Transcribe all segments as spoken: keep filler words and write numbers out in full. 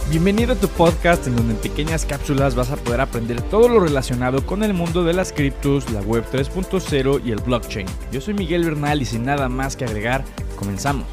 Bienvenido a tu podcast en donde en pequeñas cápsulas vas a poder aprender todo lo relacionado con el mundo de las criptos, la web tres punto cero y el blockchain. Yo soy Miguel Bernal y sin nada más que agregar, comenzamos.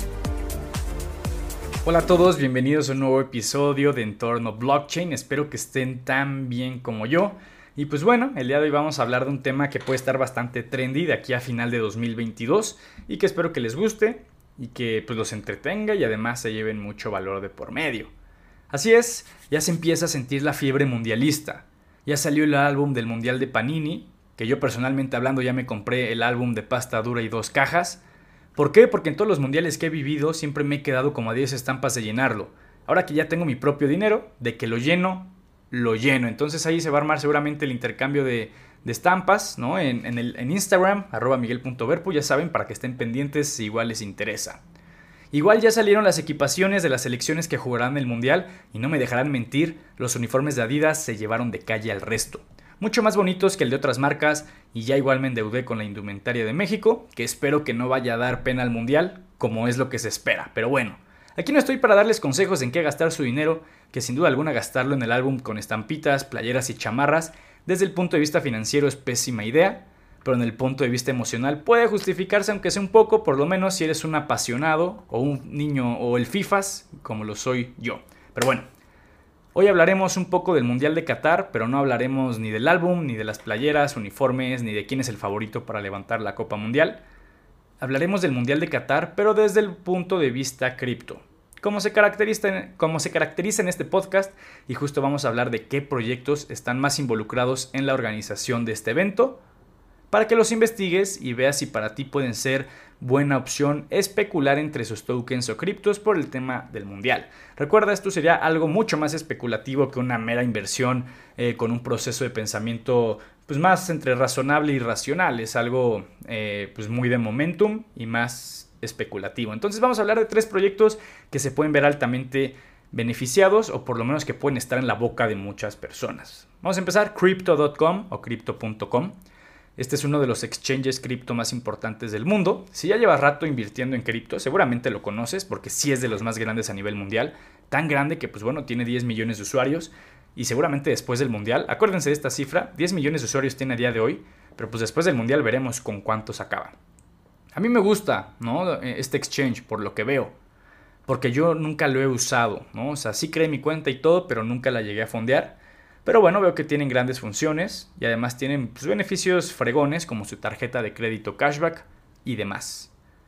Hola a todos, bienvenidos a un nuevo episodio de Entorno Blockchain. Espero que estén tan bien como yo. Y pues bueno, el día de hoy vamos a hablar de un tema que puede estar bastante trendy de aquí a final de dos mil veintidós y que espero que les guste y que pues los entretenga y además se lleven mucho valor de por medio. Así es, ya se empieza a sentir la fiebre mundialista. Ya salió el álbum del Mundial de Panini, que yo personalmente hablando ya me compré el álbum de pasta dura y dos cajas. ¿Por qué? Porque en todos los mundiales que he vivido siempre me he quedado como a diez estampas de llenarlo. Ahora que ya tengo mi propio dinero, de que lo lleno, lo lleno. Entonces ahí se va a armar seguramente el intercambio de, de estampas, ¿no? En, en, el, en Instagram, arroba miguel punto verpu, ya saben, para que estén pendientes si igual les interesa. Igual ya salieron las equipaciones de las selecciones que jugarán el Mundial y no me dejarán mentir, los uniformes de Adidas se llevaron de calle al resto. Mucho más bonitos que el de otras marcas y ya igual me endeudé con la indumentaria de México, que espero que no vaya a dar pena al Mundial, como es lo que se espera. Pero bueno, aquí no estoy para darles consejos en qué gastar su dinero, que sin duda alguna gastarlo en el álbum con estampitas, playeras y chamarras, desde el punto de vista financiero es pésima idea. Pero en el punto de vista emocional puede justificarse aunque sea un poco, por lo menos si eres un apasionado o un niño o el FIFAs, como lo soy yo. Pero bueno, hoy hablaremos un poco del Mundial de Qatar, pero no hablaremos ni del álbum, ni de las playeras, uniformes, ni de quién es el favorito para levantar la Copa Mundial. Hablaremos del Mundial de Qatar, pero desde el punto de vista cripto. Como se caracteriza, como se caracteriza en este podcast, y justo vamos a hablar de qué proyectos están más involucrados en la organización de este evento, para que los investigues y veas si para ti pueden ser buena opción especular entre sus tokens o criptos por el tema del mundial. Recuerda, esto sería algo mucho más especulativo que una mera inversión eh, con un proceso de pensamiento pues, más entre razonable y racional. Es algo eh, pues, muy de momentum y más especulativo. Entonces vamos a hablar de tres proyectos que se pueden ver altamente beneficiados o por lo menos que pueden estar en la boca de muchas personas. Vamos a empezar, crypto punto com o crypto punto com. Este es uno de los exchanges cripto más importantes del mundo. Si ya llevas rato invirtiendo en cripto, seguramente lo conoces porque sí es de los más grandes a nivel mundial. Tan grande que, pues bueno, tiene diez millones de usuarios. Y seguramente después del mundial, acuérdense de esta cifra, diez millones de usuarios tiene a día de hoy. Pero pues después del mundial veremos con cuántos acaba. A mí me gusta, ¿no? Este exchange por lo que veo. Porque yo nunca lo he usado, ¿no? O sea, sí creé mi cuenta y todo, pero nunca la llegué a fondear. Pero bueno, veo que tienen grandes funciones y además tienen pues, beneficios fregones como su tarjeta de crédito cashback y demás.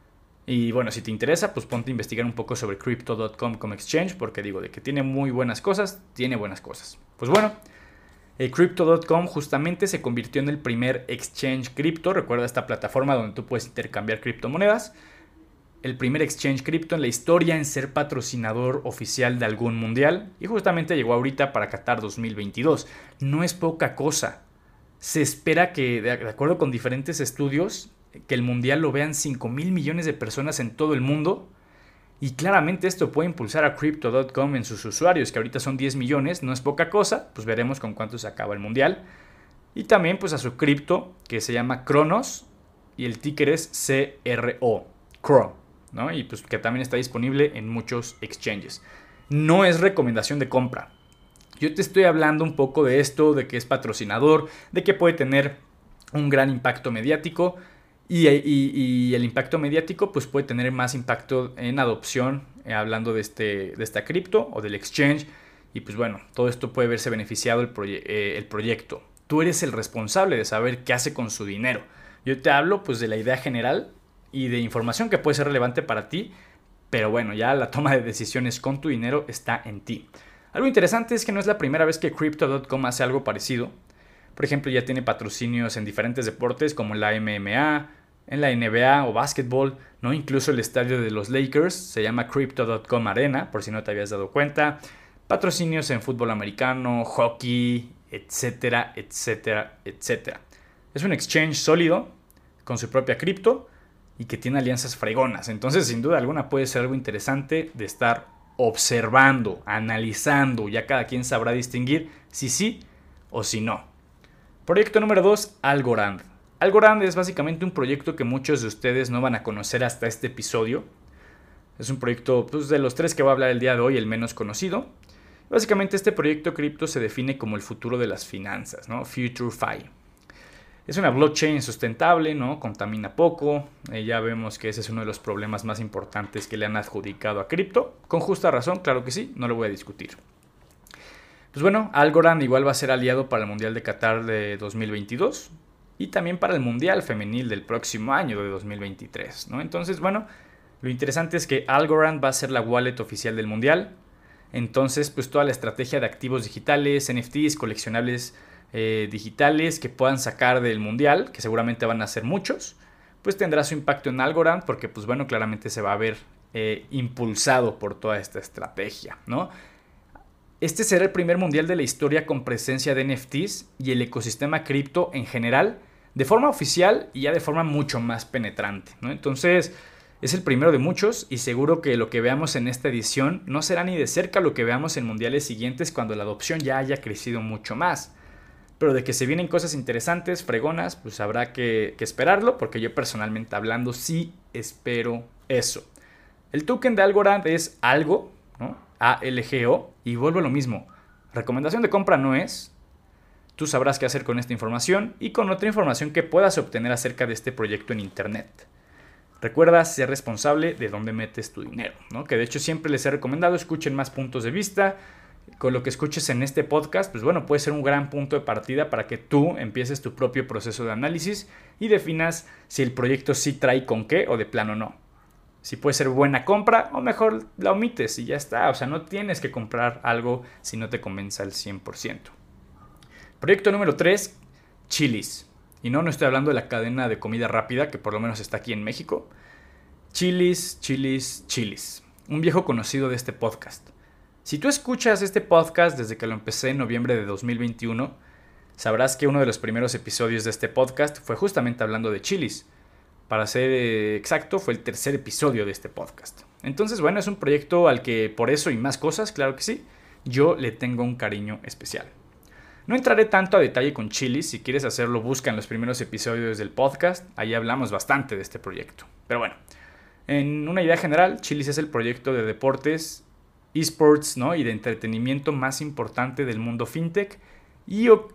Y bueno, si te interesa, pues ponte a investigar un poco sobre crypto punto com como exchange porque digo, de que tiene muy buenas cosas, tiene buenas cosas. Pues bueno, eh, crypto punto com justamente se convirtió en el primer exchange cripto. Recuerda esta plataforma donde tú puedes intercambiar criptomonedas. El primer exchange cripto en la historia en ser patrocinador oficial de algún mundial y justamente llegó ahorita para Qatar dos mil veintidós. No es poca cosa. Se espera que, de acuerdo con diferentes estudios, que el mundial lo vean cinco mil millones de personas en todo el mundo y claramente esto puede impulsar a crypto punto com en sus usuarios, que ahorita son diez millones, no es poca cosa, pues veremos con cuánto se acaba el mundial. Y también pues a su cripto que se llama Cronos y el ticker es C R O, C R O. ¿No? Y pues que también está disponible en muchos exchanges. No es recomendación de compra. Yo te estoy hablando un poco de esto, de que es patrocinador, de que puede tener un gran impacto mediático y, y, y el impacto mediático pues puede tener más impacto en adopción, eh, hablando de, este, de esta cripto o del exchange. Y pues bueno, todo esto puede verse beneficiado el, proye- eh, el proyecto. Tú eres el responsable de saber qué hace con su dinero. Yo te hablo pues de la idea general y de información que puede ser relevante para ti, pero bueno, ya la toma de decisiones con tu dinero está en ti. Algo interesante es que no es la primera vez que crypto punto com hace algo parecido. Por ejemplo, ya tiene patrocinios en diferentes deportes como la M M A, en la N B A o básquetbol, ¿no? Incluso el estadio de los Lakers se llama crypto punto com Arena, por si no te habías dado cuenta. Patrocinios en fútbol americano, hockey, etcétera, etcétera, etcétera. Es un exchange sólido con su propia cripto y que tiene alianzas fregonas. Entonces, sin duda alguna, puede ser algo interesante de estar observando, analizando. Ya cada quien sabrá distinguir si sí o si no. Proyecto número dos, Algorand. Algorand es básicamente un proyecto que muchos de ustedes no van a conocer hasta este episodio. Es un proyecto pues, de los tres que voy a hablar el día de hoy, el menos conocido. Básicamente este proyecto cripto se define como el futuro de las finanzas, ¿no? FutureFi. Es una blockchain sustentable, ¿no? Contamina poco. Eh, ya vemos que ese es uno de los problemas más importantes que le han adjudicado a cripto. Con justa razón, claro que sí, no lo voy a discutir. Pues bueno, Algorand igual va a ser aliado para el Mundial de Qatar de dos mil veintidós y también para el Mundial Femenil del próximo año de dos mil veintitrés, ¿no? Entonces, bueno, lo interesante es que Algorand va a ser la wallet oficial del Mundial. Entonces, pues toda la estrategia de activos digitales, N F Ts, coleccionables eh, digitales que puedan sacar del Mundial, que seguramente van a ser muchos, pues tendrá su impacto en Algorand porque, pues bueno, claramente se va a ver eh, impulsado por toda esta estrategia, ¿no? Este será el primer mundial de la historia con presencia de N F Ts y el ecosistema cripto en general, de forma oficial y ya de forma mucho más penetrante, ¿no? Entonces, es el primero de muchos y seguro que lo que veamos en esta edición no será ni de cerca lo que veamos en mundiales siguientes cuando la adopción ya haya crecido mucho más. Pero de que se vienen cosas interesantes, fregonas, pues habrá que, que esperarlo, porque yo personalmente hablando sí espero eso. El token de Algorand es algo, ¿no? A L G O, y vuelvo a lo mismo. Recomendación de compra no es. Tú sabrás qué hacer con esta información y con otra información que puedas obtener acerca de este proyecto en internet. Recuerda ser responsable de dónde metes tu dinero, ¿no? Que de hecho siempre les he recomendado escuchen más puntos de vista. Con lo que escuches en este podcast, pues bueno, puede ser un gran punto de partida para que tú empieces tu propio proceso de análisis y definas si el proyecto sí trae con qué o de plano no. Si puede ser buena compra o mejor la omites y ya está. O sea, no tienes que comprar algo si no te convence al cien por ciento. Proyecto número tres, Chili's. Y no, no estoy hablando de la cadena de comida rápida que por lo menos está aquí en México. Chili's, Chili's, Chili's. Un viejo conocido de este podcast. Si tú escuchas este podcast desde que lo empecé en noviembre de dos mil veintiuno, sabrás que uno de los primeros episodios de este podcast fue justamente hablando de Chili's. Para ser exacto, fue el tercer episodio de este podcast. Entonces, bueno, es un proyecto al que por eso y más cosas, claro que sí, yo le tengo un cariño especial. No entraré tanto a detalle con Chili's, si quieres hacerlo busca en los primeros episodios del podcast, ahí hablamos bastante de este proyecto. Pero bueno, en una idea general, Chili's es el proyecto de deportes, esports, ¿no? y de entretenimiento más importante del mundo fintech y, y,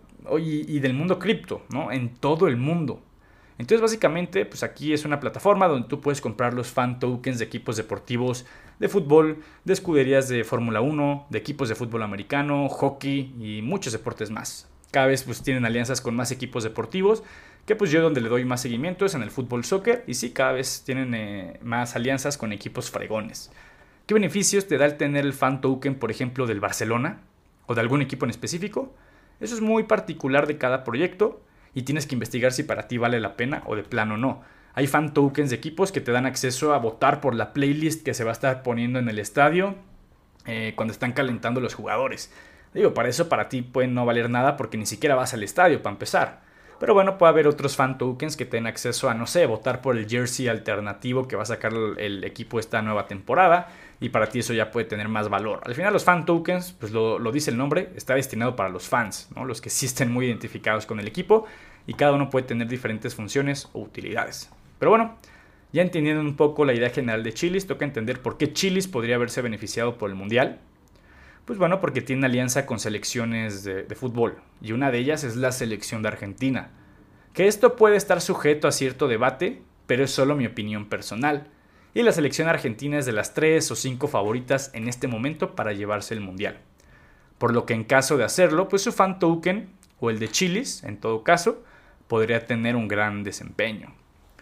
y del mundo cripto, ¿no? En todo el mundo. Entonces básicamente pues aquí es una plataforma donde tú puedes comprar los fan tokens de equipos deportivos de fútbol, de escuderías de Fórmula uno, de equipos de fútbol americano, hockey y muchos deportes más. Cada vez pues tienen alianzas con más equipos deportivos, que pues yo donde le doy más seguimiento es en el fútbol soccer y sí, cada vez tienen eh, más alianzas con equipos fregones. ¿Qué beneficios te da el tener el fan token, por ejemplo, del Barcelona o de algún equipo en específico? Eso es muy particular de cada proyecto y tienes que investigar si para ti vale la pena o de plano no. Hay fan tokens de equipos que te dan acceso a votar por la playlist que se va a estar poniendo en el estadio eh, cuando están calentando los jugadores. Digo, para eso para ti puede no valer nada porque ni siquiera vas al estadio para empezar. Pero bueno, puede haber otros fan tokens que te den acceso a, no sé, votar por el jersey alternativo que va a sacar el equipo esta nueva temporada. Y para ti eso ya puede tener más valor. Al final los fan tokens, pues lo, lo dice el nombre, está destinado para los fans, ¿no? Los que sí estén muy identificados con el equipo. Y cada uno puede tener diferentes funciones o utilidades. Pero bueno, ya entendiendo un poco la idea general de Chili's, toca entender por qué Chili's podría haberse beneficiado por el Mundial. Pues bueno, porque tiene alianza con selecciones de, de fútbol, y una de ellas es la selección de Argentina. Que esto puede estar sujeto a cierto debate, pero es solo mi opinión personal. Y la selección argentina es de las tres o cinco favoritas en este momento para llevarse el Mundial. Por lo que en caso de hacerlo, pues su fan token, o el de Chili's, en todo caso, podría tener un gran desempeño.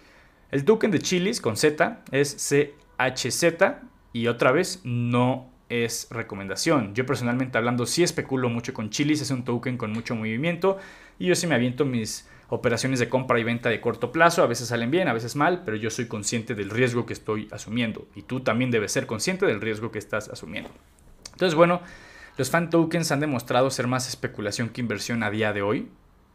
El token de Chili's con Z es C H Z y otra vez no es recomendación. Yo personalmente hablando sí especulo mucho con Chili's, es un token con mucho movimiento y yo sí me aviento mis operaciones de compra y venta de corto plazo, a veces salen bien, a veces mal, pero yo soy consciente del riesgo que estoy asumiendo y tú también debes ser consciente del riesgo que estás asumiendo. Entonces bueno, los fan tokens han demostrado ser más especulación que inversión a día de hoy,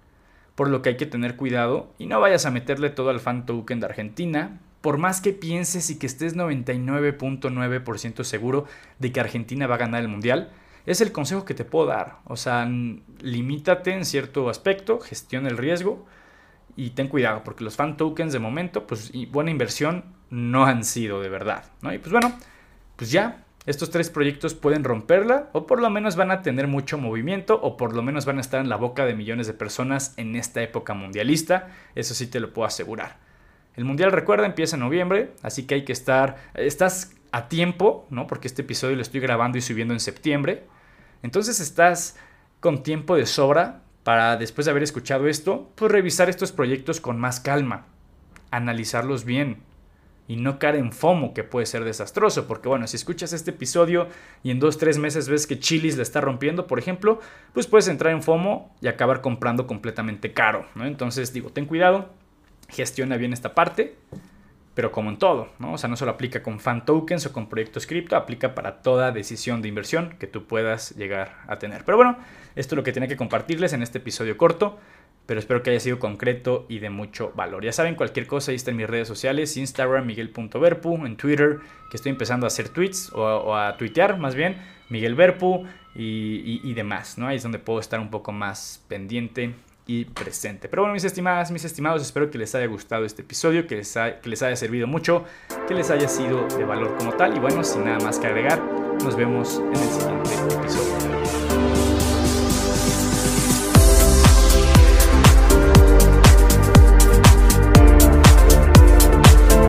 por lo que hay que tener cuidado y no vayas a meterle todo al fan token de Argentina, por más que pienses y que estés noventa y nueve punto nueve por ciento seguro de que Argentina va a ganar el Mundial. Es el consejo que te puedo dar. O sea, limítate en cierto aspecto, gestiona el riesgo y ten cuidado, porque los fan tokens de momento, pues y buena inversión no han sido de verdad, ¿no? Y pues bueno, pues ya, estos tres proyectos pueden romperla o por lo menos van a tener mucho movimiento o por lo menos van a estar en la boca de millones de personas en esta época mundialista. Eso sí te lo puedo asegurar. El mundial, recuerda, empieza en noviembre, así que hay que estar, estás a tiempo, ¿no? Porque este episodio lo estoy grabando y subiendo en septiembre. Entonces estás con tiempo de sobra para, después de haber escuchado esto, pues revisar estos proyectos con más calma, analizarlos bien y no caer en FOMO, que puede ser desastroso, porque bueno, si escuchas este episodio y en dos, tres meses ves que Chili's la está rompiendo, por ejemplo, pues puedes entrar en FOMO y acabar comprando completamente caro, ¿no? Entonces digo, ten cuidado, gestiona bien esta parte, pero como en todo, ¿no? O sea, no solo aplica con fan tokens o con proyectos cripto, aplica para toda decisión de inversión que tú puedas llegar a tener. Pero bueno, esto es lo que tenía que compartirles en este episodio corto, pero espero que haya sido concreto y de mucho valor. Ya saben, cualquier cosa, ahí está en mis redes sociales, Instagram, miguel punto verpu, en Twitter, que estoy empezando a hacer tweets, o, o a tuitear más bien, Miguel Verpu y, y, y demás, ¿no? Ahí es donde puedo estar un poco más pendiente y presente. Pero bueno, mis estimadas, mis estimados, espero que les haya gustado este episodio, que les, ha, que les haya servido mucho, que les haya sido de valor como tal. Y bueno, sin nada más que agregar, nos vemos en el siguiente episodio.